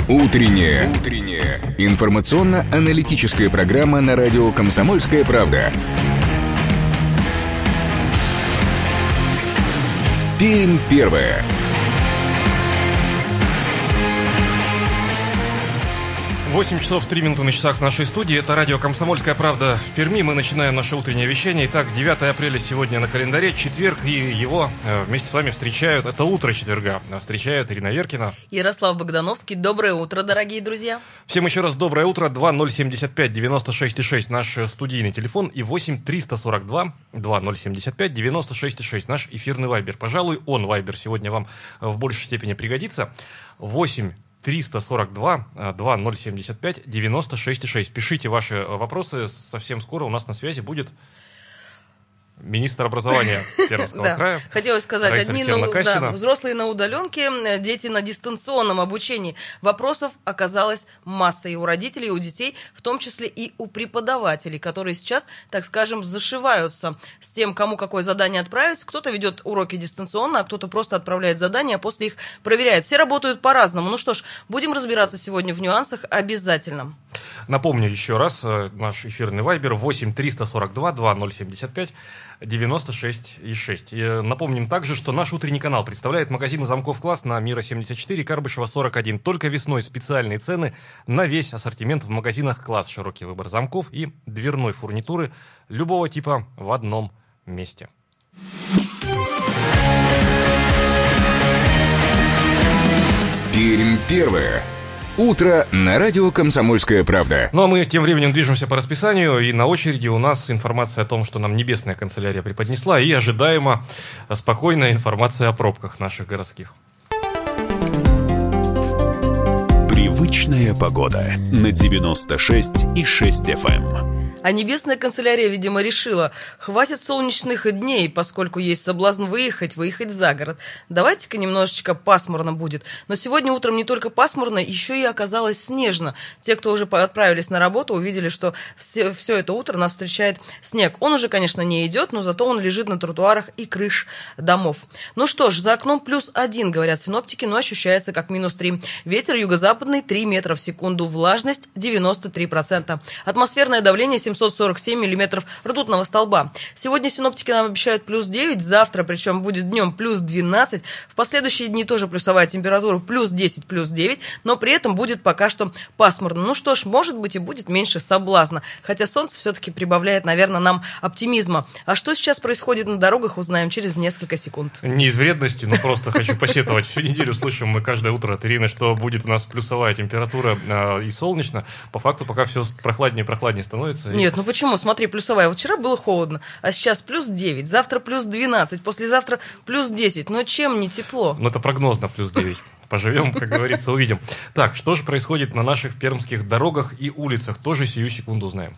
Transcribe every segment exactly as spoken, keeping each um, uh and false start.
Утренняя. Утренняя. Информационно-аналитическая программа на радио «Комсомольская правда». Пермь первая. восемь часов три минуты на часах в нашей студии. Это радио «Комсомольская правда» в Перми. Мы начинаем наше утреннее вещание. Итак, девятое апреля сегодня на календаре, четверг, и его вместе с вами встречают, это утро четверга, встречают Ирина Веркина. Ярослав Богдановский. Доброе утро, дорогие друзья. Всем еще раз доброе утро. два ноль семьдесят пять девяносто шесть шесть наш студийный телефон и восемь триста сорок два два ноль семьдесят пять девяносто шесть шесть наш эфирный вайбер. Пожалуй, он, вайбер, сегодня вам в большей степени пригодится. восемь триста сорок два два ноль семьдесят пять девяносто шесть шесть. Пишите ваши вопросы. Совсем скоро у нас на связи будет министр образования Пермского да. края. Хотелось сказать, Раиса одни на, да, взрослые на удаленке, дети на дистанционном обучении. Вопросов оказалось масса и у родителей, и у детей, в том числе и у преподавателей, которые сейчас, так скажем, зашиваются с тем, кому какое задание отправить. Кто-то ведет уроки дистанционно, а кто-то просто отправляет задания, а после их проверяет. Все работают по-разному. Ну что ж, будем разбираться сегодня в нюансах обязательно. Напомню еще раз, наш эфирный вайбер восемь триста сорок два два ноль семьдесят пять девяносто шесть шесть. И напомним также, что наш утренний канал представляет магазины замков «Класс» на Мира семьдесят четыре, Карбышева сорок один. Только весной специальные цены на весь ассортимент в магазинах «Класс». Широкий выбор замков и дверной фурнитуры любого типа в одном месте. Пермь первая. Утро на радио «Комсомольская правда». Ну а мы тем временем движемся по расписанию, и на очереди у нас информация о том, что нам небесная канцелярия преподнесла, и ожидаемо спокойная информация о пробках наших городских. Привычная погода на девяносто шесть и шесть эф эм. А небесная канцелярия, видимо, решила, хватит солнечных дней, поскольку есть соблазн выехать, выехать за город. Давайте-ка немножечко пасмурно будет. Но сегодня утром не только пасмурно, еще и оказалось снежно. Те, кто уже отправились на работу, увидели, что все, все это утро нас встречает снег. Он уже, конечно, не идет, но зато он лежит на тротуарах и крыш домов. Ну что ж, за окном плюс один, говорят синоптики, но ощущается как минус три. Ветер юго-западный три метра в секунду, влажность девяносто три процента. Атмосферное давление семьсот сорок семь миллиметров ртутного столба. Сегодня синоптики нам обещают плюс девять, завтра, причем будет днем плюс двенадцать, в последующие дни тоже плюсовая температура плюс десять, плюс девять, но при этом будет пока что пасмурно. Ну что ж, может быть и будет меньше соблазна, хотя солнце все-таки прибавляет, наверное, нам оптимизма. А что сейчас происходит на дорогах, узнаем через несколько секунд. Не из вредности, но просто хочу посетовать. Всю неделю слышим мы каждое утро от Ирины, что будет у нас плюсовая температура и солнечно. По факту пока все прохладнее и прохладнее становится. Нет, ну почему? Смотри, плюсовая. Вот вчера было холодно, а сейчас плюс девять, завтра плюс двенадцать, послезавтра плюс десять. Но чем не тепло? Ну это прогнозно плюс девять. Поживем, как говорится, увидим. Так, что же происходит на наших пермских дорогах и улицах? Тоже сию секунду узнаем.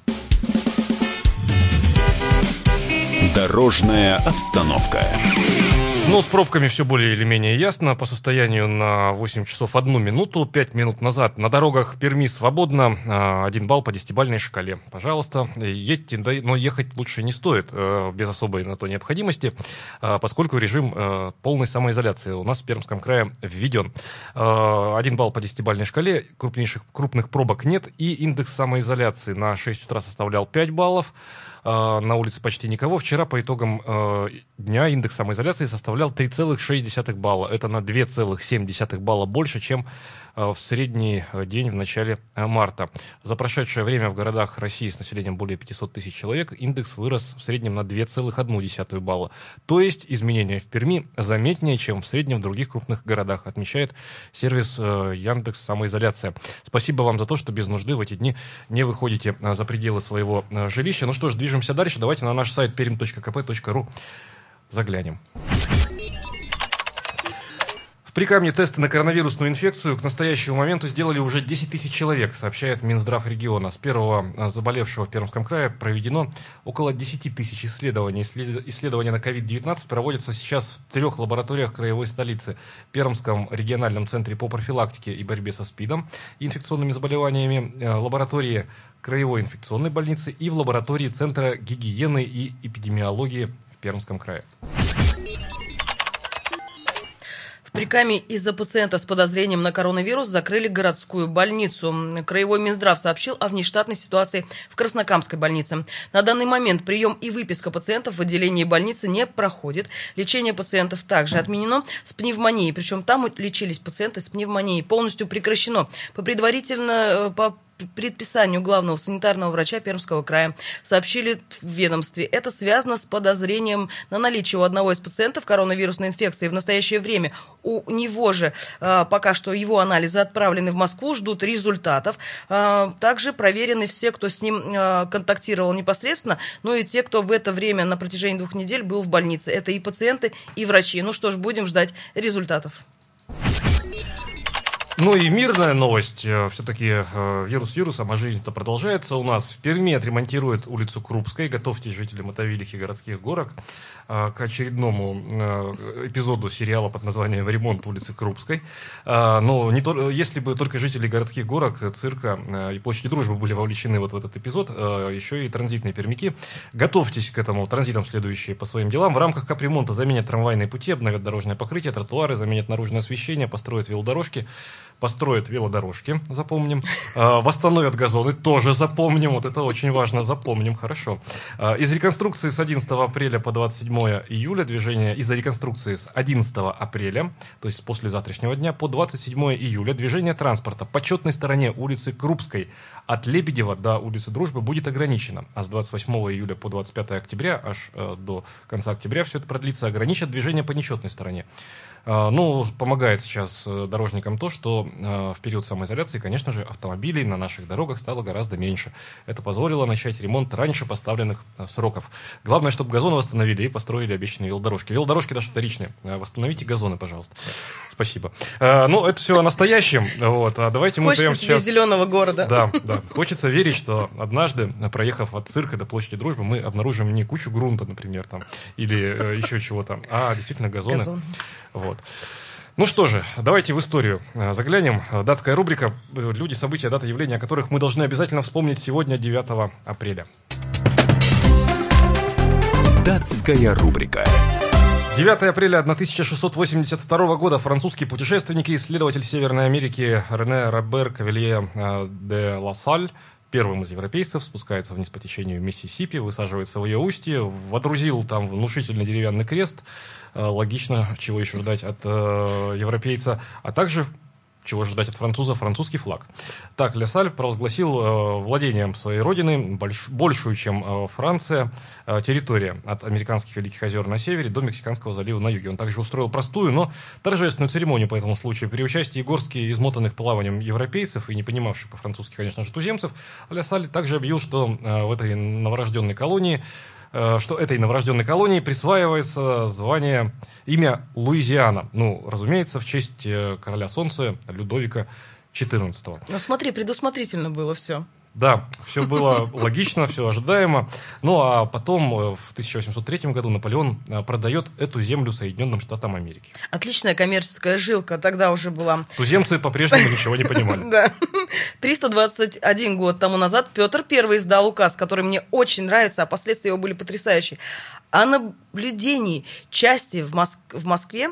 Дорожная обстановка. Ну, с пробками все более или менее ясно. По состоянию на восемь часов одну минуту, пять минут назад на дорогах Перми свободно. Один балл по десятибалльной шкале. Пожалуйста, едьте, но ехать лучше не стоит без особой на то необходимости, поскольку режим полной самоизоляции у нас в Пермском крае введен. Один балл по десятибалльной шкале, крупнейших, крупных пробок нет, и индекс самоизоляции на шесть утра составлял пять баллов. На улице почти никого. Вчера по итогам э, дня индекс самоизоляции составлял три целых шесть десятых балла. Это на два целых семь десятых балла больше, чем э, в средний день в начале марта. За прошедшее время в городах России с населением более пятьсот тысяч человек индекс вырос в среднем на два целых одна десятая балла. То есть изменения в Перми заметнее, чем в среднем в других крупных городах, отмечает сервис э, Яндекс Самоизоляция. Спасибо вам за то, что без нужды в эти дни не выходите э, за пределы своего э, жилища. Ну что ж, движемся дальше. Давайте на наш сайт пермь точка ка пэ точка ру заглянем. В Прикамье тесты на коронавирусную инфекцию к настоящему моменту сделали уже десять тысяч человек, сообщает Минздрав региона. С первого заболевшего в Пермском крае проведено около десять тысяч исследований. Исследования на ковид девятнадцать проводятся сейчас в трех лабораториях краевой столицы. Пермском региональном центре по профилактике и борьбе со СПИДом и инфекционными заболеваниями, лаборатории краевой инфекционной больницы и в лаборатории Центра гигиены и эпидемиологии в Пермском крае. Прикамье из-за пациента с подозрением на коронавирус закрыли городскую больницу. Краевой Минздрав сообщил о внештатной ситуации в Краснокамской больнице. На данный момент прием и выписка пациентов в отделении больницы не проходит. Лечение пациентов также отменено с пневмонией. Причем там лечились пациенты с пневмонией. Полностью прекращено. По предварительно по предписанию главного санитарного врача Пермского края сообщили в ведомстве. Это связано с подозрением на наличие у одного из пациентов коронавирусной инфекции. В настоящее время у него же э, пока что его анализы отправлены в Москву, ждут результатов. Э, также проверены все, кто с ним э, контактировал непосредственно, ну и те, кто в это время на протяжении двух недель был в больнице. Это и пациенты, и врачи. Ну что ж, будем ждать результатов. Ну и мирная новость. Все-таки вирус вирусом, а жизнь-то продолжается у нас. В Перми отремонтируют улицу Крупской. Готовьтесь, жители Мотовилих и городских горок, к очередному эпизоду сериала под названием «Ремонт улицы Крупской». Но не то, если бы только жители городских горок, цирка и площади Дружбы были вовлечены вот в этот эпизод, еще и транзитные пермяки. Готовьтесь к этому. Транзитом следующие по своим делам. В рамках капремонта заменят трамвайные пути, обновят дорожное покрытие, тротуары, заменят наружное освещение, построят велодорожки. Построят велодорожки, запомним. Э, восстановят газоны, тоже запомним. Вот это очень важно, запомним, хорошо. Э, из реконструкции с одиннадцатого апреля по двадцать седьмое июля движение, из-за реконструкции с одиннадцатого апреля, то есть с послезавтрашнего дня, по двадцать седьмое июля движение транспорта по четной стороне улицы Крупской от Лебедева до улицы Дружбы будет ограничено. А с двадцать восьмого июля по двадцать пятое октября, аж э, до конца октября все это продлится, ограничат движение по нечетной стороне. Ну, помогает сейчас дорожникам то, что в период самоизоляции, конечно же, автомобилей на наших дорогах стало гораздо меньше. Это позволило начать ремонт раньше поставленных сроков. Главное, чтобы газоны восстановили и построили обещанные велодорожки. Велодорожки даже вторичные. Восстановите газоны, пожалуйста. Спасибо. Ну, это все о настоящем. Вот. А давайте мы Хочется прямо сейчас... зеленого города. Да, да. Хочется верить, что однажды, проехав от цирка до площади Дружбы, мы обнаружим не кучу грунта, например, там, или э, еще чего-то, а действительно газоны. Газон. Вот. Ну что же, давайте в историю заглянем. Датская рубрика «Люди, события, дата, явления», о которых мы должны обязательно вспомнить сегодня, девятого апреля. Датская рубрика. девятого апреля тысяча шестьсот восемьдесят второго года французский путешественник и исследователь Северной Америки Рене Робер Кавелье де Ла-Саль, первым из европейцев, спускается вниз по течению Миссисипи, высаживается в ее устье, водрузил там внушительный деревянный крест. Логично, чего еще ждать от э, европейца, а также чего ждать от француза, французский флаг. Так, Ла-Саль провозгласил э, владением своей родины больш, большую, чем э, Франция, э, территория от американских Великих озер на севере до Мексиканского залива на юге. Он также устроил простую, но торжественную церемонию по этому случаю. При участии горстки измотанных плаванием европейцев и не понимавших по-французски, конечно же, туземцев, Ла-Саль также объявил, что э, в этой новорожденной колонии что этой новорожденной колонии присваивается звание, имя Луизиана. Ну, разумеется, в честь короля солнца Людовика четырнадцатого. Ну, смотри, предусмотрительно было все. Да, все было логично, все ожидаемо. Ну, а потом, в тысяча восемьсот третьем году, Наполеон продает эту землю Соединенным Штатам Америки. Отличная коммерческая жилка тогда уже была. Туземцы по-прежнему ничего не понимали. Да. триста двадцать один год тому назад Петр Первый издал указ, который мне очень нравится, а последствия его были потрясающие. О наблюдении части в, Моск... в Москве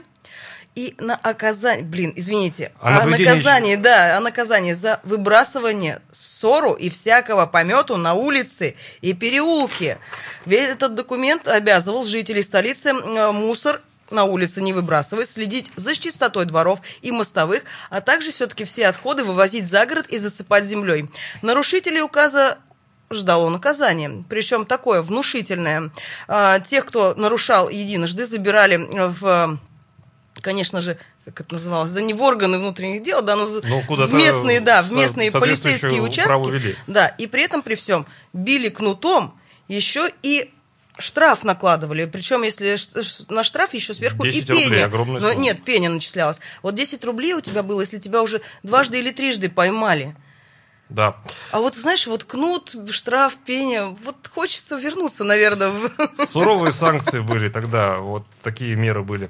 и на оказание, блин, извините, а о наказании, да, о наказании за выбрасывание ссору и всякого помету на улице и переулке. Ведь этот документ обязывал жителей столицы мусор на улице не выбрасывать, следить за чистотой дворов и мостовых, а также все-таки все отходы вывозить за город и засыпать землей. Нарушителей указа ждало наказание, причем такое внушительное. Тех, кто нарушал единожды, забирали в... Конечно же, как это называлось, да не в органы внутренних дел, да, но ну, в местные, да, в местные полицейские участки, да, и при этом при всем били кнутом, еще и штраф накладывали, причем если на штраф еще сверху и пеня, но нет, пеня начислялась. Вот десять рублей у тебя было, если тебя уже дважды или трижды поймали. Да. А вот, знаешь, вот кнут, штраф, пеня, вот хочется вернуться, наверное. Суровые санкции были тогда, вот такие меры были.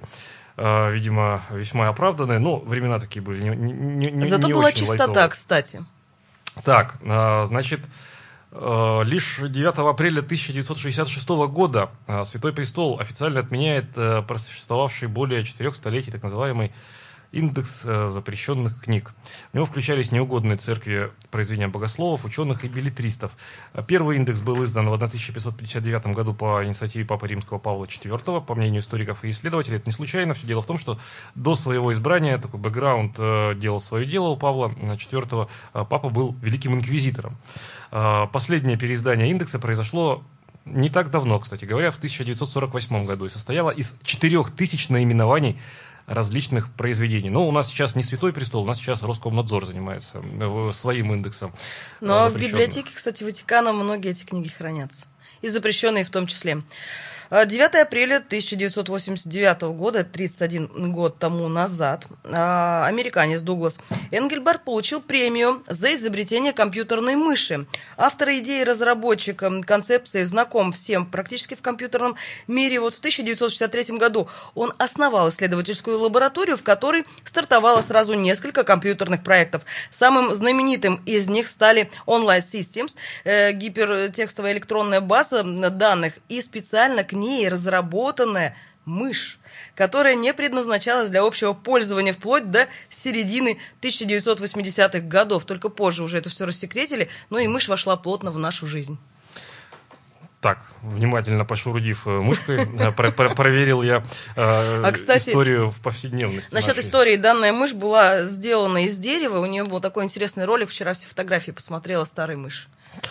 Видимо, весьма оправданные, но времена такие были не, не, не, Зато не была очень чистота, лайтовые. кстати. Так, значит, лишь девятого апреля тысяча девятьсот шестьдесят шестого года Святой Престол официально отменяет просуществовавший более четырех столетий так называемый индекс запрещенных книг. В него включались неугодные церкви произведения богословов, ученых и беллетристов. Первый индекс был издан в тысяча пятьсот пятьдесят девятом году по инициативе Папы Римского Павла четвёртого. По мнению историков и исследователей, это не случайно. Все дело в том, что до своего избрания такой бэкграунд делал свое дело у Павла четвёртого. Папа был великим инквизитором. Последнее переиздание индекса произошло не так давно, кстати говоря, в тысяча девятьсот сорок восьмом году, и состояла из четырех тысяч наименований различных произведений. Но у нас сейчас не Святой Престол, у нас сейчас Роскомнадзор занимается своим индексом. Но в библиотеке, кстати, Ватикана многие эти книги хранятся. И запрещенные в том числе. девятого апреля тысяча девятьсот восемьдесят девятого года, тридцать один год тому назад, американец Дуглас Энгельбарт получил премию за изобретение компьютерной мыши. Автор идеи и разработчик концепции знаком всем практически в компьютерном мире. Вот в тысяча девятьсот шестьдесят третьем году он основал исследовательскую лабораторию, в которой стартовало сразу несколько компьютерных проектов. Самым знаменитым из них стали Online Systems, гипертекстовая электронная база данных и специально к ней разработанная мышь, которая не предназначалась для общего пользования вплоть до середины тысяча девятьсот восьмидесятых годов. Только позже уже это все рассекретили, но и мышь вошла плотно в нашу жизнь. Так, внимательно пошурудив мышкой, проверил я историю в повседневности. Насчет истории, данная мышь была сделана из дерева, у нее был такой интересный ролик, вчера все фотографии посмотрела старой мыши.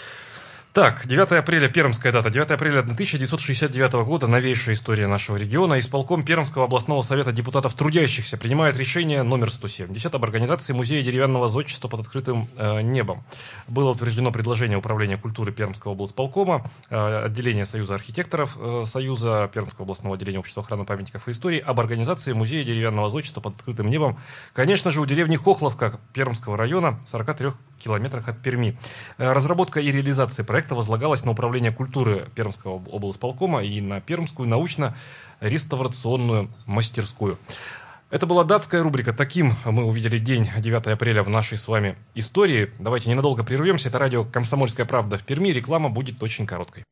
Так, девятого апреля, пермская дата, девятого апреля тысяча девятьсот шестьдесят девятого года, новейшая история нашего региона. Исполком Пермского областного совета депутатов трудящихся принимает решение номер сто семьдесят об организации музея деревянного зодчества под открытым э, небом. Было утверждено предложение Управления культуры Пермского облсполкома, э, отделения Союза архитекторов, э, Союза Пермского областного отделения общества охраны памятников и истории об организации музея деревянного зодчества под открытым небом, конечно же, у деревни Хохловка Пермского района, в сорока трёх километрах от Перми. Э, разработка и реализация проекта возлагалось на Управление культуры Пермского облсполкома и на Пермскую научно-реставрационную мастерскую. Это была датская рубрика. Таким мы увидели день девятого апреля в нашей с вами истории. Давайте ненадолго прервемся. Это радио «Комсомольская правда» в Перми. Реклама будет очень короткой.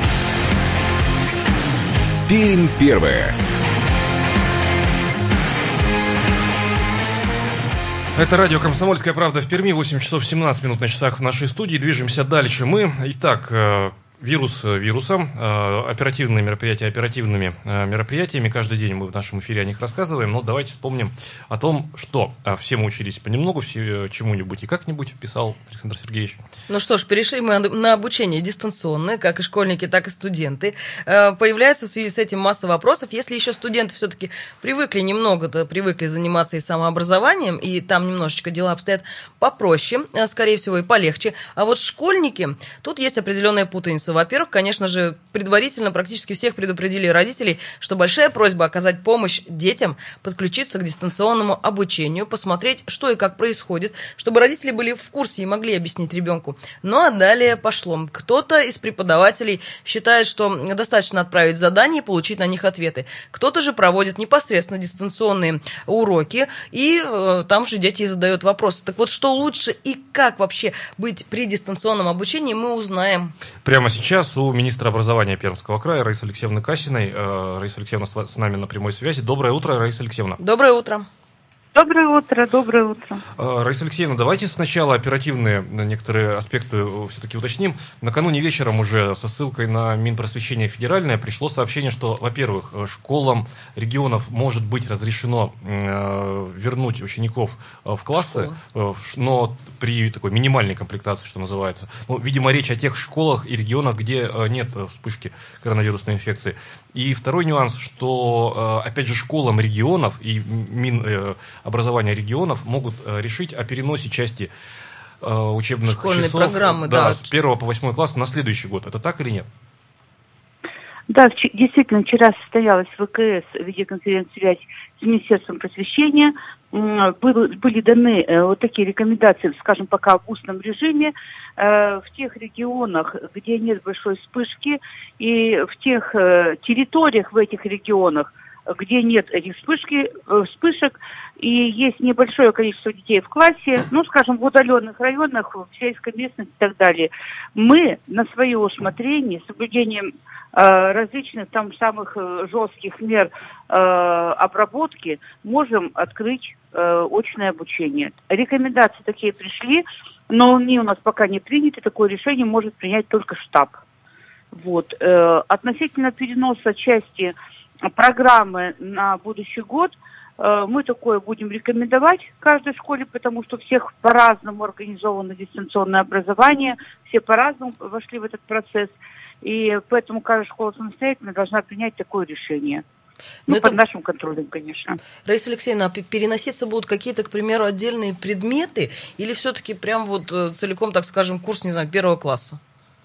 Пермь первая. Это радио «Комсомольская правда» в Перми, восемь часов семнадцать минут на часах в нашей студии. Движемся дальше мы. Итак, вирус вирусом, оперативные мероприятия оперативными мероприятиями. Каждый день мы в нашем эфире о них рассказываем. Но давайте вспомним о том, что все мы учились понемногу, все чему-нибудь и как-нибудь, писал Александр Сергеевич. Ну что ж, перешли мы на обучение дистанционное, как и школьники, так и студенты. Появляется в связи с этим масса вопросов. Если еще студенты все-таки привыкли немного-то, привыкли заниматься и самообразованием, и там немножечко дела обстоят попроще, скорее всего, и полегче. А вот школьники, тут есть определенная путаница. Во-первых, конечно же, предварительно практически всех предупредили родителей, что большая просьба оказать помощь детям, подключиться к дистанционному обучению, посмотреть, что и как происходит, чтобы родители были в курсе и могли объяснить ребенку. Ну а далее пошло. Кто-то из преподавателей считает, что достаточно отправить задания и получить на них ответы. Кто-то же проводит непосредственно дистанционные уроки, и э, там же дети задают вопросы. Так вот, что лучше и как вообще быть при дистанционном обучении, мы узнаем. Прямо сейчас Сейчас у министра образования Пермского края Раисы Алексеевны Кассиной. Раиса Алексеевна с нами на прямой связи. Доброе утро, Раиса Алексеевна. Доброе утро. Доброе утро, доброе утро. Раиса Алексеевна, давайте сначала оперативные некоторые аспекты все-таки уточним. Накануне вечером уже со ссылкой на Минпросвещение федеральное пришло сообщение, что, во-первых, школам регионов может быть разрешено э, вернуть учеников в классы, э, но при такой минимальной комплектации, что называется. Ну, видимо, речь о тех школах и регионах, где э, нет вспышки коронавирусной инфекции. И второй нюанс, что, э, опять же, школам регионов и Мин... Э, образования регионов могут э, решить о переносе части э, учебных школьной часов программы, да, да. с первого по восьмой класс на следующий год. Это так или нет? Да, действительно, вчера состоялась в ВКС видеоконференц-связь с Министерством просвещения. Были даны вот такие рекомендации, скажем, пока в устном режиме, в тех регионах, где нет большой вспышки, и в тех территориях в этих регионах, где нет этих вспышки, вспышек, и есть небольшое количество детей в классе, ну, скажем, в удаленных районах, в сельской местности и так далее. Мы на свое усмотрение, с соблюдением э, различных там самых э, жестких мер э, обработки, можем открыть э, очное обучение. Рекомендации такие пришли, но они у нас пока не приняты, такое решение может принять только штаб. Вот. Э, относительно переноса части программы на будущий год, э, мы такое будем рекомендовать каждой школе, потому что у всех по-разному организовано дистанционное образование, все по-разному вошли в этот процесс, и поэтому каждая школа самостоятельно должна принять такое решение. Ну, это... под нашим контролем, конечно. Раиса Алексеевна, переноситься будут какие-то, к примеру, отдельные предметы, или все-таки прям вот целиком, так скажем, курс, не знаю, первого класса?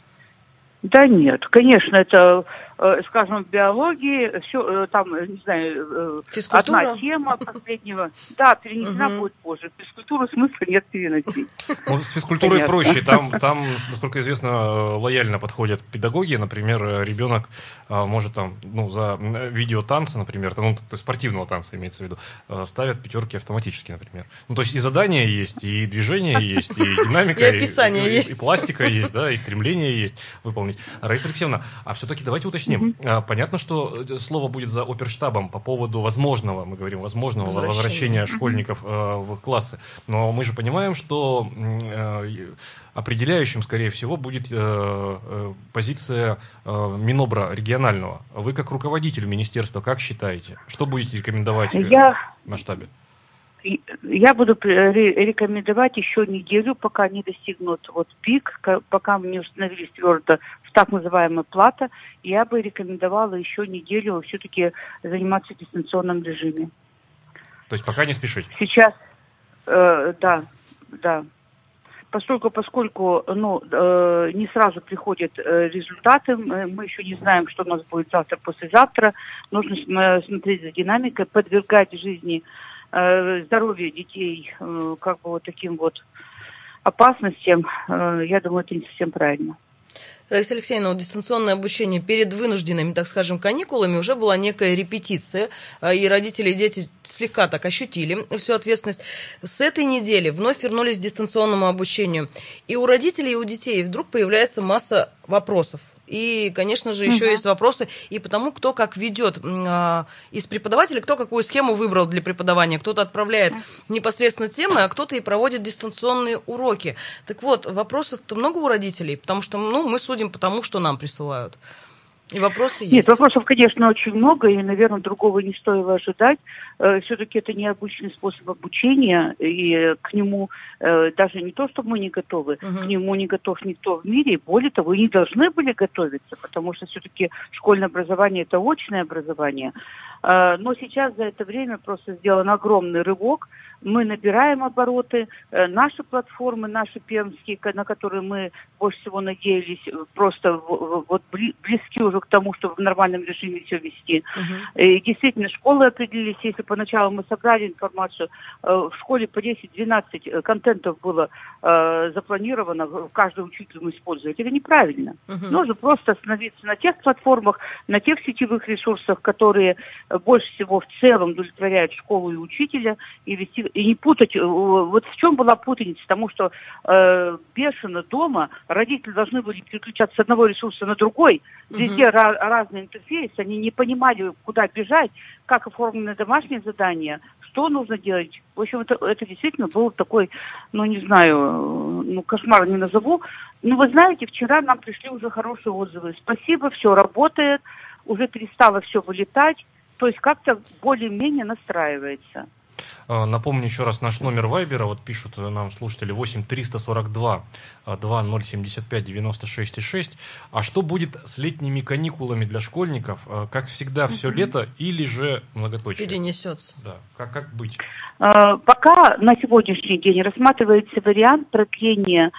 Да нет, конечно, это, скажем, в биологии, все, там, не знаю, физкультура? Одна тема последнего, да, перенесена угу. будет позже. Физкультуру смысла нет переносить. Ну, с физкультурой Понятно. проще, там, там, насколько известно, лояльно подходят педагоги, например, ребенок может там, ну, за видеотанцы, например, там, ну, то есть спортивного танца имеется в виду, ставят пятерки автоматически, например. Ну, то есть и задания есть, и движение есть, и динамика, и описание есть, и пластика есть, да, и стремление есть выполнить. Раиса Алексеевна, а все-таки давайте уточним. Mm-hmm. Понятно, что слово будет за оперштабом по поводу возможного, мы говорим, возможного возвращения, возвращения mm-hmm. школьников э, в классы. Но мы же понимаем, что э, определяющим, скорее всего, будет э, э, позиция э, Минобра регионального. Вы как руководитель министерства, как считаете? Что будете рекомендовать э, Я... на штабе? Я буду рекомендовать еще неделю, пока не достигнут вот пик, пока мы не установились твердо в так называемая плата, я бы рекомендовала еще неделю все-таки заниматься в дистанционном режиме. То есть пока не спешить? Сейчас, э, да, да. Поскольку, поскольку ну, э, не сразу приходят э, результаты, мы, мы еще не знаем, что у нас будет завтра, послезавтра, нужно смотреть за динамикой, подвергать жизни здоровье детей как бы вот таким вот опасностям, я думаю, это не совсем правильно. Раиса Алексеевна, дистанционное обучение перед вынужденными, так скажем, каникулами уже была некая репетиция, и родители и дети слегка так ощутили всю ответственность. С этой недели вновь вернулись к дистанционному обучению. И у родителей, и у детей вдруг появляется масса вопросов. И, конечно же, еще угу. есть вопросы и потому, кто как ведет а, из преподавателей, кто какую схему выбрал для преподавания. Кто-то отправляет непосредственно темы, а кто-то и проводит дистанционные уроки. Так вот, вопросов-то много у родителей, потому что ну, мы судим по тому, что нам присылают. И вопросы есть. Нет, вопросов, конечно, очень много, и, наверное, другого не стоило ожидать. Все-таки это необычный способ обучения, и к нему даже не то, что мы не готовы, угу. к нему не готов никто в мире, и более того, и не должны были готовиться, потому что все-таки школьное образование – это очное образование. Но сейчас за это время просто сделан огромный рывок. Мы набираем обороты, наши платформы, наши пермские, на которые мы больше всего надеялись, просто вот близки уже к тому, чтобы в нормальном режиме все вести. Uh-huh. И действительно, школы определились, если поначалу мы собрали информацию, в школе по десять-двенадцать контентов было запланировано, каждый учитель использовать. Это неправильно. Uh-huh. Нужно просто остановиться на тех платформах, на тех сетевых ресурсах, которые больше всего в целом удовлетворяют школу и учителя, и вести и не путать, вот в чем была путаница, потому что э, бешено дома родители должны были переключаться с одного ресурса на другой, везде uh-huh. ra- разный интерфейс, они не понимали, куда бежать, как оформлены домашние задания, что нужно делать. В общем, это, это действительно был такой, ну, не знаю, ну, кошмар не назову. Но вы знаете, вчера нам пришли уже хорошие отзывы. Спасибо, все работает, уже перестало все вылетать, то есть как-то более-менее настраивается. Напомню еще раз наш номер Вайбера, вот пишут нам слушатели восемь триста сорок два двадцать ноль семьдесят пять девяносто шесть шесть. А что будет с летними каникулами для школьников? Как всегда, все mm-hmm. лето или же многоточие? Перенесется. Да. Как, как быть? Пока на сегодняшний день рассматривается вариант продления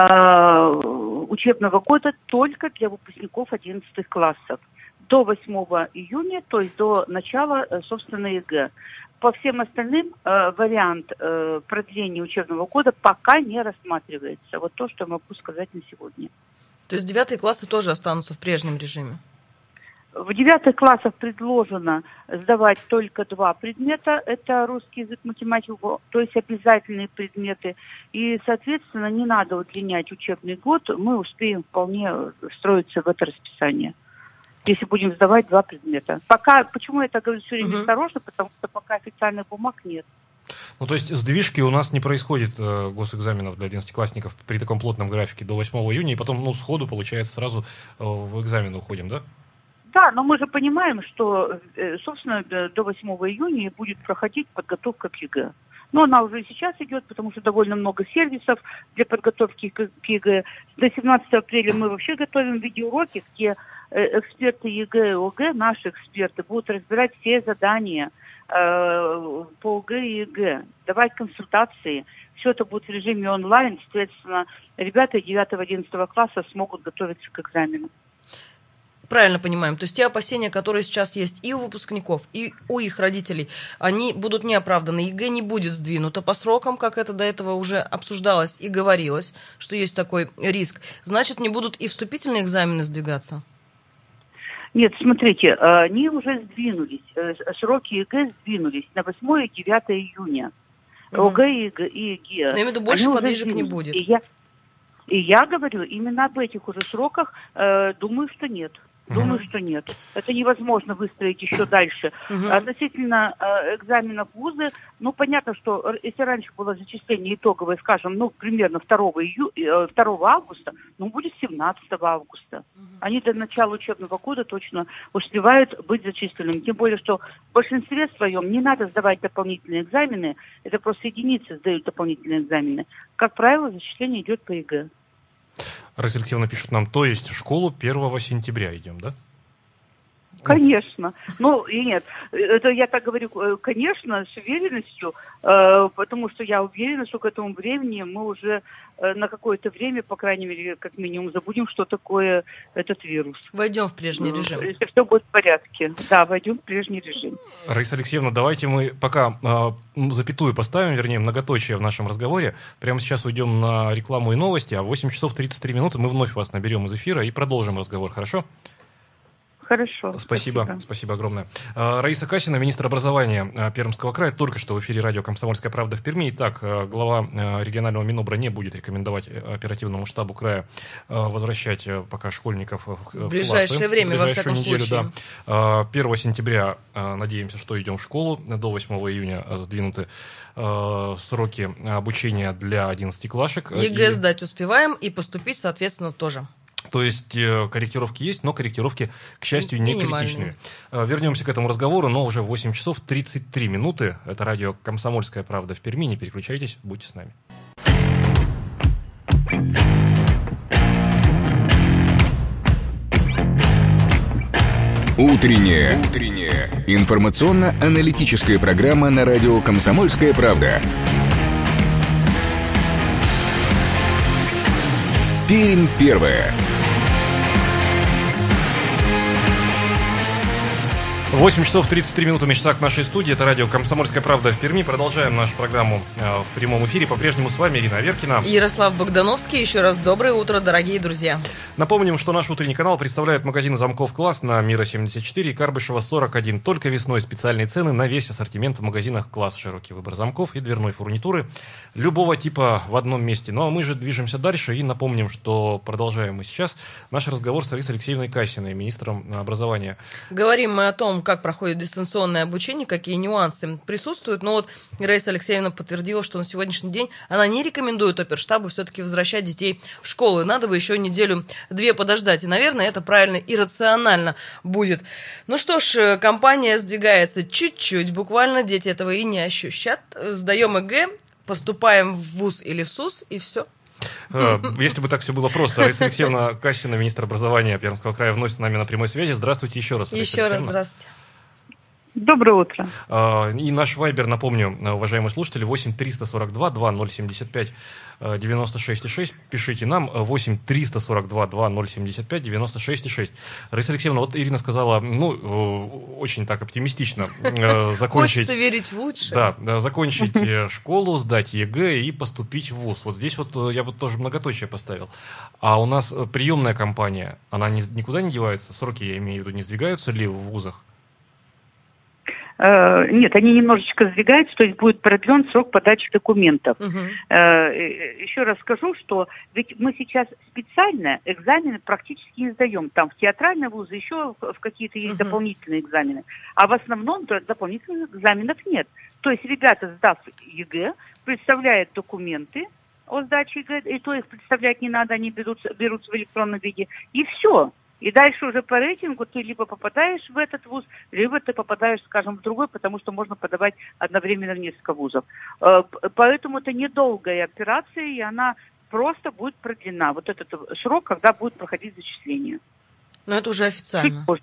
учебного года только для выпускников одиннадцатых классов. До восьмого июня, то есть до начала, собственно, ЕГЭ. По всем остальным э, вариант э, продления учебного года пока не рассматривается. Вот то, что я могу сказать на сегодня. То есть девятые классы тоже останутся в прежнем режиме? В девятых классах предложено сдавать только два предмета. Это русский язык, математику, то есть обязательные предметы. И, соответственно, не надо удлинять учебный год. Мы успеем вполне встроиться в это расписание, если будем сдавать два предмета. Пока, почему я так говорю все время осторожно, потому что пока официальных бумаг нет. Ну, то есть сдвижки у нас не происходит э, госэкзаменов для одиннадцатиклассников при таком плотном графике до восьмого июня, и потом, ну, сходу, получается, сразу э, в экзамены уходим, да? Да, но мы же понимаем, что, собственно, до восьмого июня будет проходить подготовка к ЕГЭ. Но она уже и сейчас идет, потому что довольно много сервисов для подготовки к ЕГЭ. До семнадцатого апреля мы вообще готовим видеоуроки, где эксперты ЕГЭ и ОГЭ, наши эксперты, будут разбирать все задания э, по ОГЭ и ЕГЭ, давать консультации. Все это будет в режиме онлайн, соответственно, ребята девятого-одиннадцатого класса смогут готовиться к экзамену. Правильно понимаем. То есть те опасения, которые сейчас есть и у выпускников, и у их родителей, они будут неоправданы. ЕГЭ не будет сдвинуто по срокам, как это до этого уже обсуждалось и говорилось, что есть такой риск. Значит, не будут и вступительные экзамены сдвигаться? Нет, смотрите, они уже сдвинулись. Сроки ЕГЭ сдвинулись на восьмое и девятое июня. Угу. ОГЭ и ЕГЭ. И ЕГЭ. Но именно больше подвижек не будет. И я, и я говорю, именно об этих уже сроках, э, думаю, что нет. Думаю, uh-huh. что нет. Это невозможно выстроить еще дальше. Uh-huh. Относительно э, экзаменов в вузы, ну, понятно, что если раньше было зачисление итоговое, скажем, ну, примерно второго августа, ну, будет семнадцатого августа. Uh-huh. Они до начала учебного года точно успевают быть зачисленными. Тем более, что в большинстве своем не надо сдавать дополнительные экзамены. Это просто единицы сдают дополнительные экзамены. Как правило, зачисление идет по ЕГЭ. Раиса Алексеевна пишет нам, то есть в школу первого сентября идем, да? Конечно. Ну, и нет, это я так говорю, конечно, с уверенностью, э, потому что я уверена, что к этому времени мы уже э, на какое-то время, по крайней мере, как минимум, забудем, что такое этот вирус. Войдем в прежний режим. Если все будет в порядке. Да, войдем в прежний режим. Раиса Алексеевна, давайте мы пока э, запятую поставим, вернее, многоточие в нашем разговоре. Прямо сейчас уйдем на рекламу и новости, а в восемь часов тридцать три минуты мы вновь вас наберем из эфира и продолжим разговор, хорошо? Хорошо. Спасибо, спасибо, спасибо огромное. Раиса Касина, министр образования Пермского края, только что в эфире радио «Комсомольская правда» в Перми. Итак, глава регионального Минобра не будет рекомендовать оперативному штабу края возвращать пока школьников в классы. В ближайшее время, в ближайшую во всяком неделю, случае. Да. первого сентября, надеемся, что идем в школу. До восьмого июня сдвинуты сроки обучения для одиннадцатиклашек. ЕГЭ и... сдать успеваем и поступить, соответственно, тоже. То есть корректировки есть, но корректировки, к счастью, не критичные. Вернемся к этому разговору, но уже в восемь часов тридцать три минуты. Это радио «Комсомольская правда» в Перми. Не переключайтесь, будьте с нами. Утренняя, утренняя информационно-аналитическая программа на радио «Комсомольская правда». Пермь первая. восемь часов тридцать три минуты на часах нашей студии. Это радио «Комсомольская правда» в Перми. Продолжаем нашу программу э, в прямом эфире. По-прежнему с вами Ирина Аверкина. И Ярослав Богдановский. Еще раз доброе утро, дорогие друзья. Напомним, что наш утренний канал представляют магазины замков «Класс» на Мира семьдесят четыре и Карбышева сорок один. Только весной специальные цены на весь ассортимент в магазинах «Класс». Широкий выбор замков и дверной фурнитуры любого типа в одном месте. Ну а мы же движемся дальше и напомним, что продолжаем мы сейчас наш разговор с Раисой Алексеевной Касиной, министром образования. Говорим мы о том, как проходит дистанционное обучение, какие нюансы присутствуют. Но вот Раиса Алексеевна подтвердила, что на сегодняшний день она не рекомендует оперштабу все-таки возвращать детей в школу. Надо бы еще неделю-две подождать. И, наверное, это правильно и рационально будет. Ну что ж, компания сдвигается чуть-чуть. Буквально дети этого и не ощущат. Сдаем ЕГЭ, поступаем в вуз или в СУС, и все. Если бы так все было просто. Раиса Алексеевна Касина, министр образования Пермского края, вновь с нами на прямой связи. Здравствуйте еще раз. Еще раз здравствуйте. Доброе утро. И наш вайбер, напомню, уважаемые слушатели, восемь триста сорок два двадцать семьдесят пять девяносто шесть шесть. Пишите нам восемь триста сорок два двадцать семьдесят пять девяносто шесть шесть. Раиса Алексеевна, вот Ирина сказала, ну, очень так оптимистично закончить... Хочется верить в лучшее. Да, закончить школу, сдать ЕГЭ и поступить в вуз. Вот здесь вот я бы тоже многоточие поставил. А у нас приемная кампания, она никуда не девается? Сроки, я имею в виду, не сдвигаются ли в вузах? Нет, они немножечко сдвигаются, то есть будет продлен срок подачи документов. Угу. Еще раз скажу, что ведь мы сейчас специально экзамены практически не сдаем. Там в театральные вузы еще в какие-то есть угу. дополнительные экзамены. А в основном дополнительных экзаменов нет. То есть ребята, сдав ЕГЭ, представляют документы о сдаче ЕГЭ, и то их представлять не надо, они берутся, берутся в электронном виде, и все. И дальше уже по рейтингу ты либо попадаешь в этот вуз, либо ты попадаешь, скажем, в другой, потому что можно подавать одновременно в несколько вузов. Поэтому это недолгая операция, и она просто будет продлена. Вот этот срок, когда будет проходить зачисление. Но это уже официально. Чуть позже.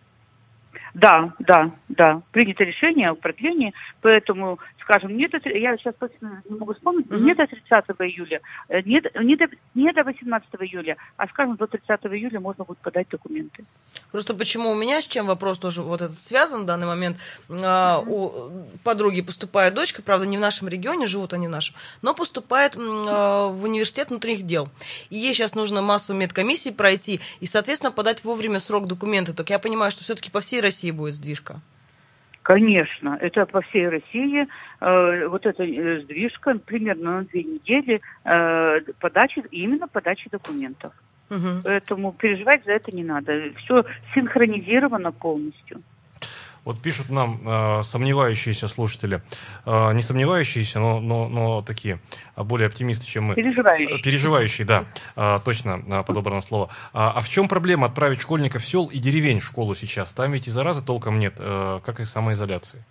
Да, да, да. Принято решение о продлении, поэтому, скажем, нет, я сейчас точно не могу вспомнить, uh-huh. не до тридцатого июля, не, не, до, не до восемнадцатого июля, а, скажем, до тридцатого июля можно будет подать документы. Просто почему у меня, с чем вопрос тоже вот этот связан в данный момент. Uh-huh. У подруги поступает дочка, правда, не в нашем регионе, живут они в нашем, но поступает в университет внутренних дел. И ей сейчас нужно массу медкомиссий пройти и, соответственно, подать вовремя срок документы. Так я понимаю, что все-таки по всей России будет сдвижка. Конечно, это по всей России. Э, вот эта э, сдвижка примерно на две недели э, подачи, именно подачи документов. Угу. Поэтому переживать за это не надо. Все синхронизировано полностью. Вот пишут нам э, сомневающиеся слушатели, э, не сомневающиеся, но, но, но такие, более оптимисты, чем мы. Переживающие. Переживающие, да, э, точно э, подобрано слово. А, а в чем проблема отправить школьников сел и деревень в школу сейчас? Там ведь и заразы толком нет, э, как и самоизоляции.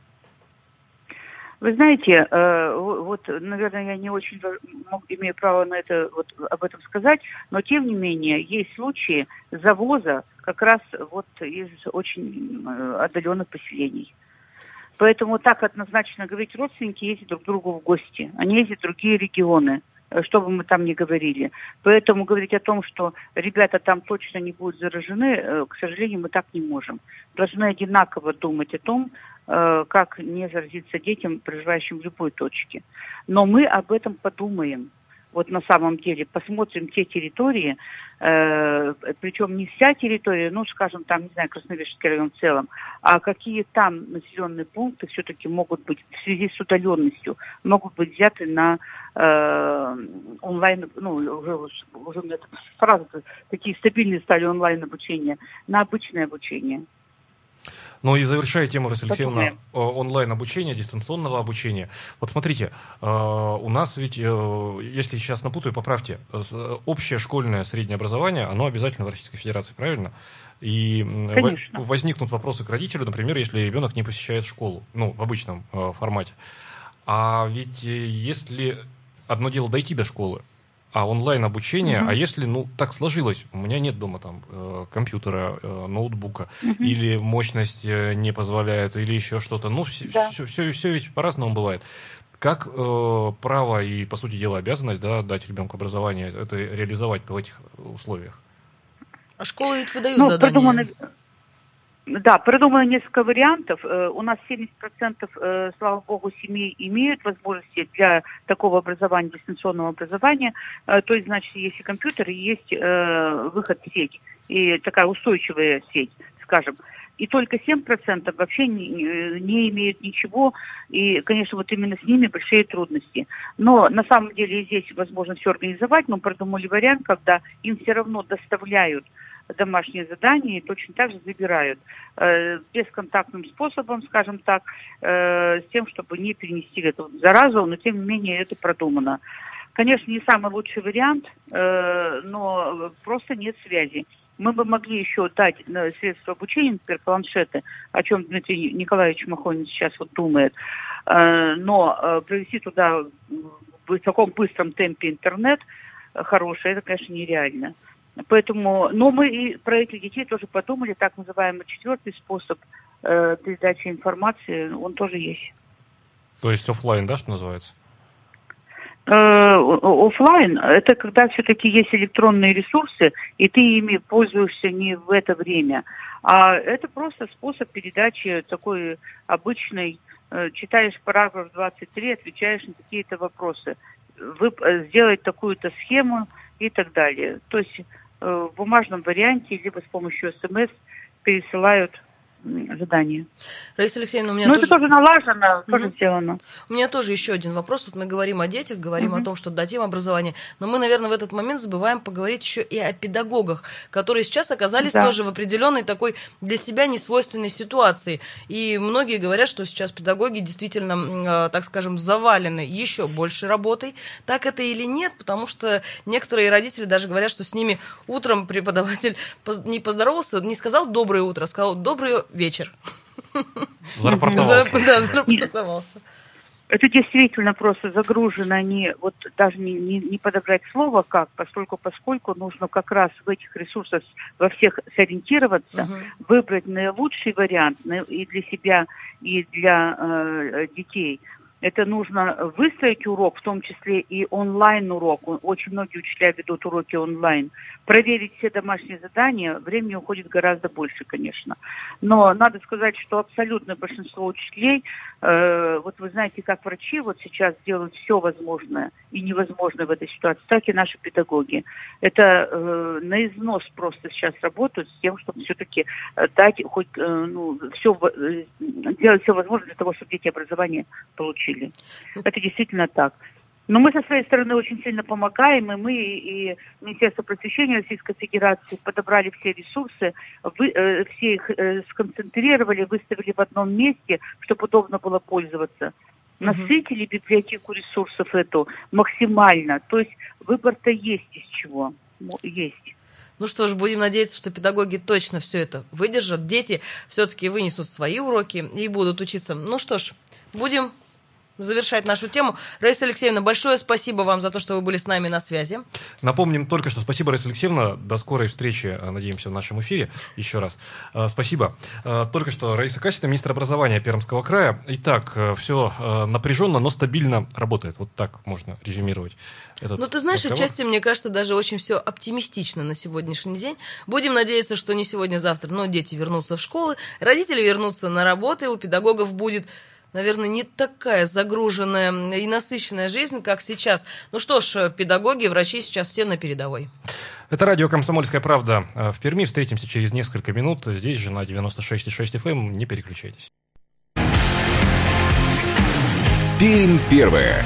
Вы знаете, э, вот, наверное, я не очень имею право на это, вот, об этом сказать, но тем не менее есть случаи завоза как раз вот из очень отдаленных поселений. Поэтому так однозначно говорить, родственники ездят друг к другу в гости, они ездят в другие регионы, что бы мы там ни говорили. Поэтому говорить о том, что ребята там точно не будут заражены, к сожалению, мы так не можем. Должны одинаково думать о том, как не заразиться детям, проживающим в любой точке. Но мы об этом подумаем. Вот на самом деле посмотрим те территории, э, причем не вся территория, ну, скажем, там, не знаю, Красноярский район в целом, а какие там населенные пункты все-таки могут быть в связи с удаленностью, могут быть взяты на э, онлайн, ну, уже, уже у меня фразы такие стабильные стали онлайн обучения, на обычное обучение. Ну и завершая тему, Раиса Алексеевна, онлайн-обучения, дистанционного обучения. Вот смотрите, у нас ведь, если сейчас напутаю, поправьте, общее школьное среднее образование, оно обязательно в Российской Федерации, правильно? И Конечно. Возникнут вопросы к родителю, например, если ребенок не посещает школу, ну, в обычном формате. А ведь если одно дело дойти до школы, а онлайн-обучение, uh-huh. а если, ну, так сложилось, у меня нет дома там э, компьютера, э, ноутбука, uh-huh. или мощность э, не позволяет, или еще что-то, ну, все, да. все, все, все ведь по-разному бывает. Как э, право и, по сути дела, обязанность, да, дать ребенку образование, это реализовать в этих условиях? А школы ведь выдают ну, задания. Придумано... Да, придумано несколько вариантов. У нас семьдесят процентов, слава богу, семей имеют возможности для такого образования, дистанционного образования. То есть, значит, если компьютер, есть выход в сеть, и такая устойчивая сеть, скажем. И только семь процентов вообще не, не имеют ничего, и, конечно, вот именно с ними большие трудности. Но на самом деле здесь возможно все организовать, но придумали вариант, когда им все равно доставляют домашние задания и точно так же забирают э, бесконтактным способом, скажем так, э, с тем, чтобы не перенести эту заразу, но тем не менее это продумано. Конечно, не самый лучший вариант, э, но просто нет связи. Мы бы могли еще дать средства обучения, например, планшеты, о чем Дмитрий Николаевич Махонин сейчас вот думает, э, но э, провести туда в таком быстром темпе интернет хороший, это, конечно, нереально. Поэтому, но мы и про этих детей тоже подумали, так называемый четвертый способ э, передачи информации, он тоже есть. То есть офлайн, да, что называется? Оффлайн – это когда все-таки есть электронные ресурсы, и ты ими пользуешься не в это время. А это просто способ передачи такой обычной. Читаешь параграф двадцать три, отвечаешь на какие-то вопросы. Вы, сделать такую-то схему и так далее. То есть в бумажном варианте, либо с помощью СМС пересылают задание. Раиса Алексеевна, у меня Ну, тоже... это тоже налажено, угу. тоже сделано. У меня тоже еще один вопрос. Вот мы говорим о детях, говорим угу. о том, что дадим образование, но мы, наверное, в этот момент забываем поговорить еще и о педагогах, которые сейчас оказались да. тоже в определенной такой для себя несвойственной ситуации. И многие говорят, что сейчас педагоги действительно, так скажем, завалены еще больше работой. Так это или нет? Потому что некоторые родители даже говорят, что с ними утром преподаватель не поздоровался, не сказал «доброе утро», а сказал «доброе вечер». Зарапортовался. Да, зарапортовался. Это действительно просто загружено, они, вот даже не, не, не подобрать слово как, поскольку, поскольку нужно как раз в этих ресурсах во всех сориентироваться, uh-huh. выбрать наилучший вариант и для себя, и для э, детей. Это нужно выстроить урок, в том числе и онлайн-урок. Очень многие учителя ведут уроки онлайн. Проверить все домашние задания, времени уходит гораздо больше, конечно. Но надо сказать, что абсолютное большинство учителей, э, вот вы знаете, как врачи вот сейчас делают все возможное и невозможное в этой ситуации, так и наши педагоги. Это э, на износ просто сейчас работают с тем, чтобы все-таки дать хоть, э, ну, все, э, делать все возможное для того, чтобы дети образование получили. Это действительно так. Но мы со своей стороны очень сильно помогаем, и мы, и Министерство просвещения Российской Федерации подобрали все ресурсы, вы, э, все их э, сконцентрировали, выставили в одном месте, чтобы удобно было пользоваться. Насытили библиотеку ресурсов эту максимально. То есть выбор-то есть из чего. Есть. Ну что ж, будем надеяться, что педагоги точно все это выдержат. Дети все-таки вынесут свои уроки и будут учиться. Ну что ж, будем завершать нашу тему. Раиса Алексеевна, большое спасибо вам за то, что вы были с нами на связи. Напомним только, что спасибо, Раиса Алексеевна. До скорой встречи, надеемся, в нашем эфире. Еще раз. Спасибо. Только что Раиса Касина, министр образования Пермского края. Итак, все напряженно, но стабильно работает. Вот так можно резюмировать этот Ну, ты знаешь, разговор. отчасти, мне кажется, даже очень все оптимистично на сегодняшний день. Будем надеяться, что не сегодня-завтра, но дети вернутся в школы, родители вернутся на работу, и у педагогов будет... наверное, не такая загруженная и насыщенная жизнь, как сейчас. Ну что ж, педагоги, врачи сейчас все на передовой. Это радио «Комсомольская правда» в Перми. Встретимся через несколько минут. Здесь же на девяносто шесть и шесть эф эм. Не переключайтесь. Пермь первая.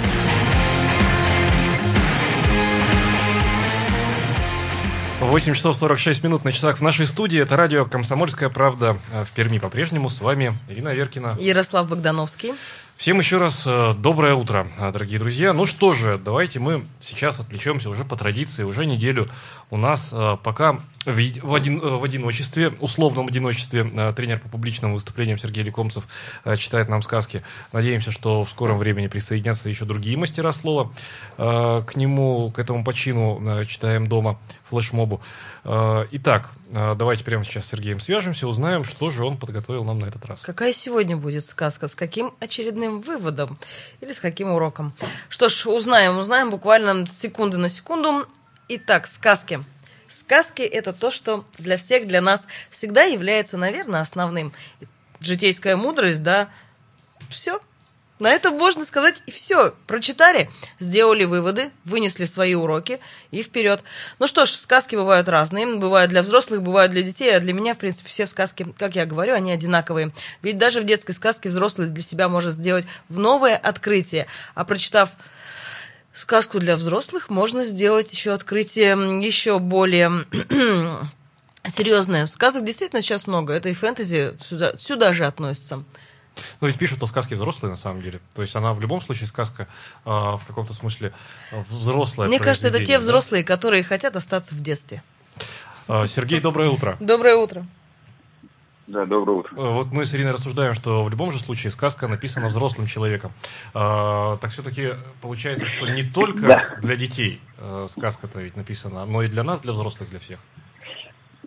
восемь часов сорок шесть минут на часах в нашей студии. Это радио «Комсомольская правда» в Перми. По-прежнему с вами Ирина Аверкина. Ярослав Богдановский. Всем еще раз доброе утро, дорогие друзья. Ну что же, давайте мы сейчас отвлечемся уже по традиции. Уже неделю у нас пока в, один, в одиночестве, условном одиночестве, тренер по публичным выступлениям Сергей Лекомцев читает нам сказки. Надеемся, что в скором времени присоединятся еще другие мастера слова к нему, к этому почину «Читаем дома» флешмобу. Итак, давайте прямо сейчас с Сергеем свяжемся, узнаем, что же он подготовил нам на этот раз. Какая сегодня будет сказка? С каким очередным выводом? Или с каким уроком? Что ж, узнаем, узнаем буквально с секунды на секунду. Итак, сказки. Сказки – это то, что для всех, для нас всегда является, наверное, основным. Житейская мудрость, да, все. На это можно сказать и все. Прочитали, сделали выводы, вынесли свои уроки и вперед. Ну что ж, сказки бывают разные. Бывают для взрослых, бывают для детей. А для меня, в принципе, все сказки, как я говорю, они одинаковые. Ведь даже в детской сказке взрослый для себя может сделать новое открытие. А прочитав сказку для взрослых, можно сделать еще открытие еще более серьезное. Сказок действительно сейчас много. Это и фэнтези сюда, сюда же относится. Ну, ведь пишут о сказке взрослые, на самом деле. То есть она в любом случае сказка э, в каком-то смысле взрослая. Мне кажется, это те да? взрослые, которые хотят остаться в детстве. Э, Сергей, доброе утро. Доброе утро. Да, доброе утро. Вот мы с Ириной рассуждаем, что в любом же случае сказка написана взрослым человеком. Э, так все-таки получается, что не только да. для детей э, сказка-то ведь написана, но и для нас, для взрослых, для всех.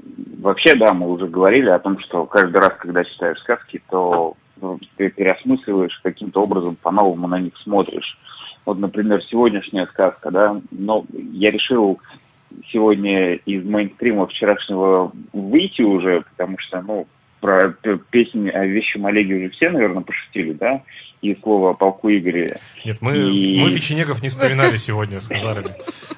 вообще, да, мы уже говорили о том, что каждый раз, когда читаешь сказки, то ну, ты переосмысливаешь, каким-то образом по-новому на них смотришь. Вот, например, сегодняшняя сказка, да, но я решил сегодня из мейнстрима вчерашнего выйти уже, потому что, ну, про песню о вещем Олеге уже все, наверное, пошутили, да, и слово о полку Игоре. Нет, мы, и... мы печенегов не вспоминали сегодня с Хазарами.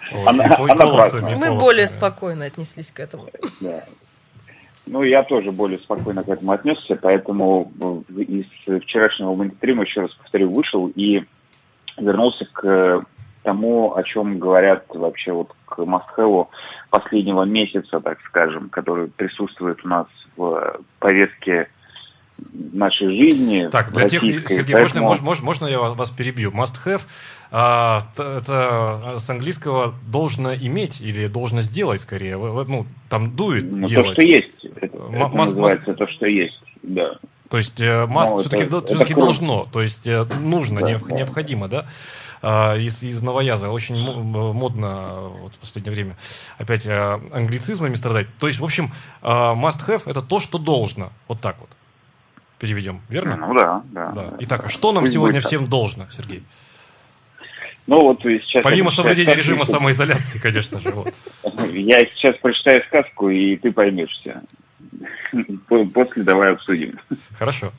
Мы более спокойно отнеслись к этому. Да. Ну, я тоже более спокойно к этому отнесся, поэтому из вчерашнего мейнстрима, еще раз повторю, вышел и вернулся к тому, о чем говорят вообще вот к must-have последнего месяца, так скажем, который присутствует у нас в повестке нашей жизни. Так, для тех, Сергей, поэтому... можно, можно, можно я вас перебью? Must-have, а, это с английского должно иметь или должно сделать скорее? Ну, там дует ну, делать. То, что есть. Это, это must, называется must... то, что есть, да. То есть must все-таки, это, все-таки это должно, то есть нужно, да, да. необходимо, да? Из, из новояза. Очень модно вот, в последнее время опять англицизмами страдать. То есть, в общем, must have это то, что должно. Вот так вот переведем, верно? Ну да, да. да. Итак, а что нам Пусть сегодня всем должно, Сергей? Ну вот сейчас... Помимо соблюдения режима самоизоляции, конечно же. Вот. Я сейчас прочитаю сказку, и ты поймешь все. После давай обсудим. Хорошо.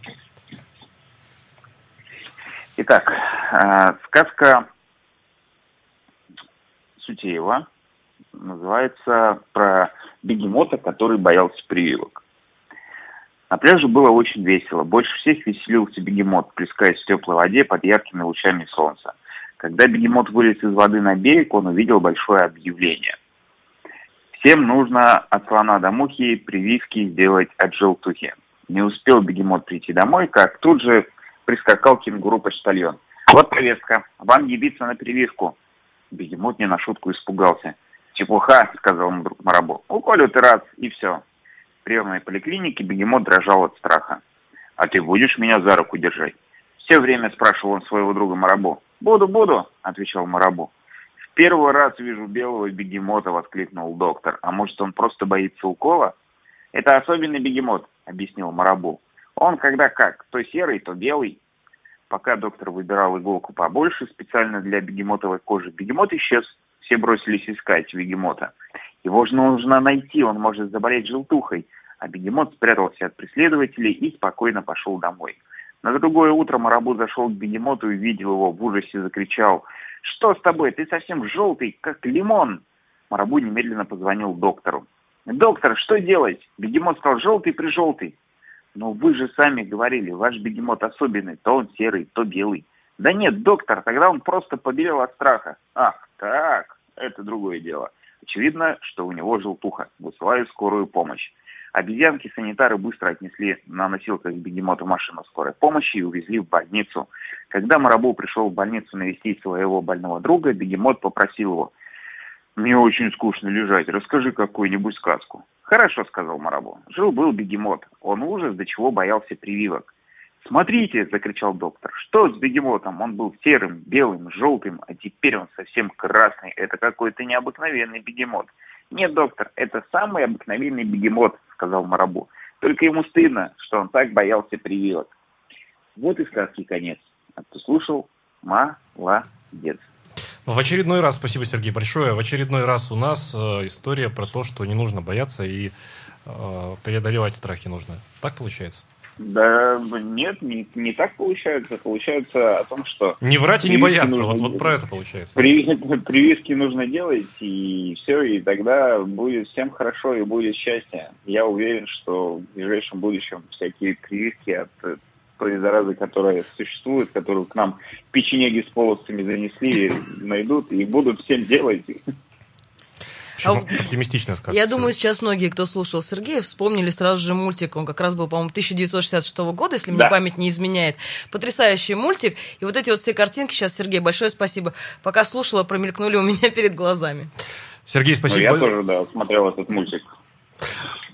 Итак, э, сказка Сутеева называется про бегемота, который боялся прививок. На пляже было очень весело. Больше всех веселился бегемот, плескаясь в теплой воде под яркими лучами солнца. Когда бегемот вылез из воды на берег, он увидел большое объявление. Всем нужно от слона до мухи прививки сделать от желтухи. Не успел бегемот прийти домой, как тут же прискакал кенгуру-почтальон. Вот повестка. Вам ебиться на прививку. Бегемот не на шутку испугался. Чепуха, сказал ему друг Марабо. Уколют и раз, и все. В приемной поликлинике бегемот дрожал от страха. А ты будешь меня за руку держать? Все время спрашивал он своего друга Марабо. Буду, буду, отвечал Марабо. В первый раз вижу белого бегемота, воскликнул доктор. А может, он просто боится укола? Это особенный бегемот, объяснил Марабо. Он когда как, то серый, то белый. Пока доктор выбирал иголку побольше, специально для бегемотовой кожи, бегемот исчез. Все бросились искать бегемота. Его же нужно найти, он может заболеть желтухой. А бегемот спрятался от преследователей и спокойно пошел домой. На другое утро Марабу зашел к бегемоту и, увидел его, в ужасе закричал: «Что с тобой? Ты совсем желтый, как лимон!» Марабу немедленно позвонил доктору. «Доктор, что делать? Бегемот стал желтый-прижелтый». «Но вы же сами говорили, ваш бегемот особенный, то он серый, то белый». «Да нет, доктор, тогда он просто побелел от страха». «Ах, так, это другое дело. Очевидно, что у него желтуха. Высылаю скорую помощь». Обезьянки-санитары быстро отнесли на носилках бегемота машину скорой помощи и увезли в больницу. Когда Марабу пришел в больницу навестить своего больного друга, бегемот попросил его: «Мне очень скучно лежать, расскажи какую-нибудь сказку». «Хорошо», — сказал Марабу. «Жил-был бегемот. Он ужас до чего боялся прививок». «Смотрите», — закричал доктор, — «что с бегемотом? Он был серым, белым, желтым, а теперь он совсем красный. Это какой-то необыкновенный бегемот». «Нет, доктор, это самый обыкновенный бегемот», — сказал Марабу. «Только ему стыдно, что он так боялся прививок». Вот и сказки конец. А кто слушал, молодец. В очередной раз, спасибо, Сергей, большое. В очередной раз у нас э, история про то, что не нужно бояться и э, преодолевать страхи нужно. Так получается? Да нет, не, не так получается. Получается о том, что... Не врать и не бояться, вот, вот про это получается. Прививки нужно делать, и все, и тогда будет всем хорошо, и будет счастье. Я уверен, что в ближайшем будущем всякие прививки от той заразы, которая существует, которую к нам печенеги с полосами занесли, найдут и будут всем делать. А оптимистичная сказка. Я думаю, сейчас многие, кто слушал Сергея, вспомнили сразу же мультик. Он как раз был, по-моему, тысяча девятьсот шестьдесят шестого года, если да. мне память не изменяет. Потрясающий мультик. И вот эти вот все картинки сейчас, Сергей, большое спасибо. Пока слушала, промелькнули у меня перед глазами. Сергей, спасибо. Ну, я тоже, да, смотрел этот мультик.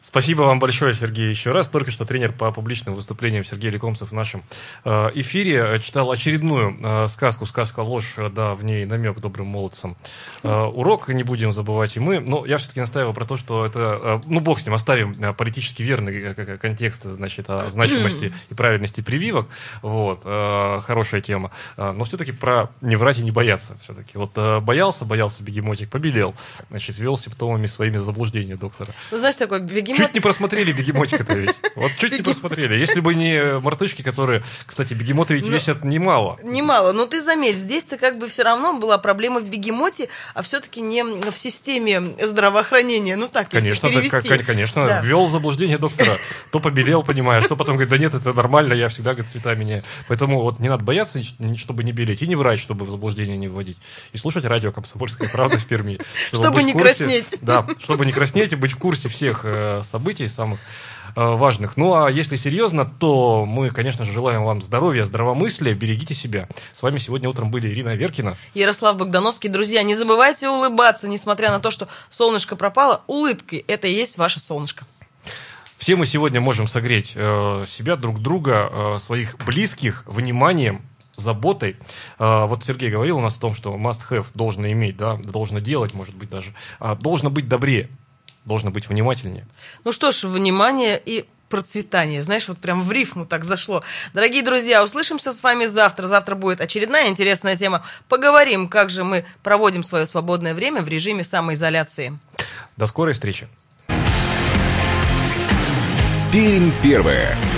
Спасибо вам большое, Сергей, еще раз. Только что тренер по публичным выступлениям Сергей Лекомцев в нашем э, эфире читал очередную э, сказку, сказка «Ложь», да, в ней намек добрым молодцам. Э, урок не будем забывать и мы, но я все-таки настаиваю про то, что это, э, ну, бог с ним, оставим политически верный контекст, значит, о значимости и правильности прививок, вот, э, хорошая тема, э, но все-таки про не врать и не бояться, все-таки. Вот э, боялся, боялся бегемотик, побелел, значит, вел симптомами своими заблуждения доктора. Ну, знаешь, такой бегемот... Чуть не просмотрели бегемотика-то ведь. Вот чуть Беги... не просмотрели. Если бы не мартышки, которые, кстати, бегемоты ведь ну, весят немало. Немало. Но ты заметь, здесь-то как бы все равно была проблема в бегемоте, а все-таки не в системе здравоохранения. Ну так, конечно, если перевести. Да, конечно, да. Ввел в заблуждение доктора. То побелел, понимаешь, то потом говорит, да нет, это нормально, я всегда, говорит, цвета меняю. Поэтому вот не надо бояться, чтобы не белеть, и не врать, чтобы в заблуждение не вводить. И слушать радио «Комсомольская правда» в Перми. Чтобы не краснеть. Да, чтобы не краснеть и быть в курсе всех событий, самых э, важных. Ну, а если серьезно, то мы, конечно же, желаем вам здоровья, здравомыслия, берегите себя. С вами сегодня утром были Ирина Аверкина, Ярослав Богдановский. Друзья, не забывайте улыбаться, несмотря на то, что солнышко пропало. Улыбкой — это и есть ваше солнышко. Все мы сегодня можем согреть э, себя, друг друга, э, своих близких вниманием, заботой. Вот Сергей говорил у нас о том, что must-have должно иметь, да, должно делать, может быть, даже. Должно быть добрее, должно быть внимательнее. Ну что ж, внимание и процветание. Знаешь, вот прям в рифму так зашло. Дорогие друзья, услышимся с вами завтра. Завтра будет очередная интересная тема. Поговорим, как же мы проводим свое свободное время в режиме самоизоляции. До скорой встречи. Пермь первая.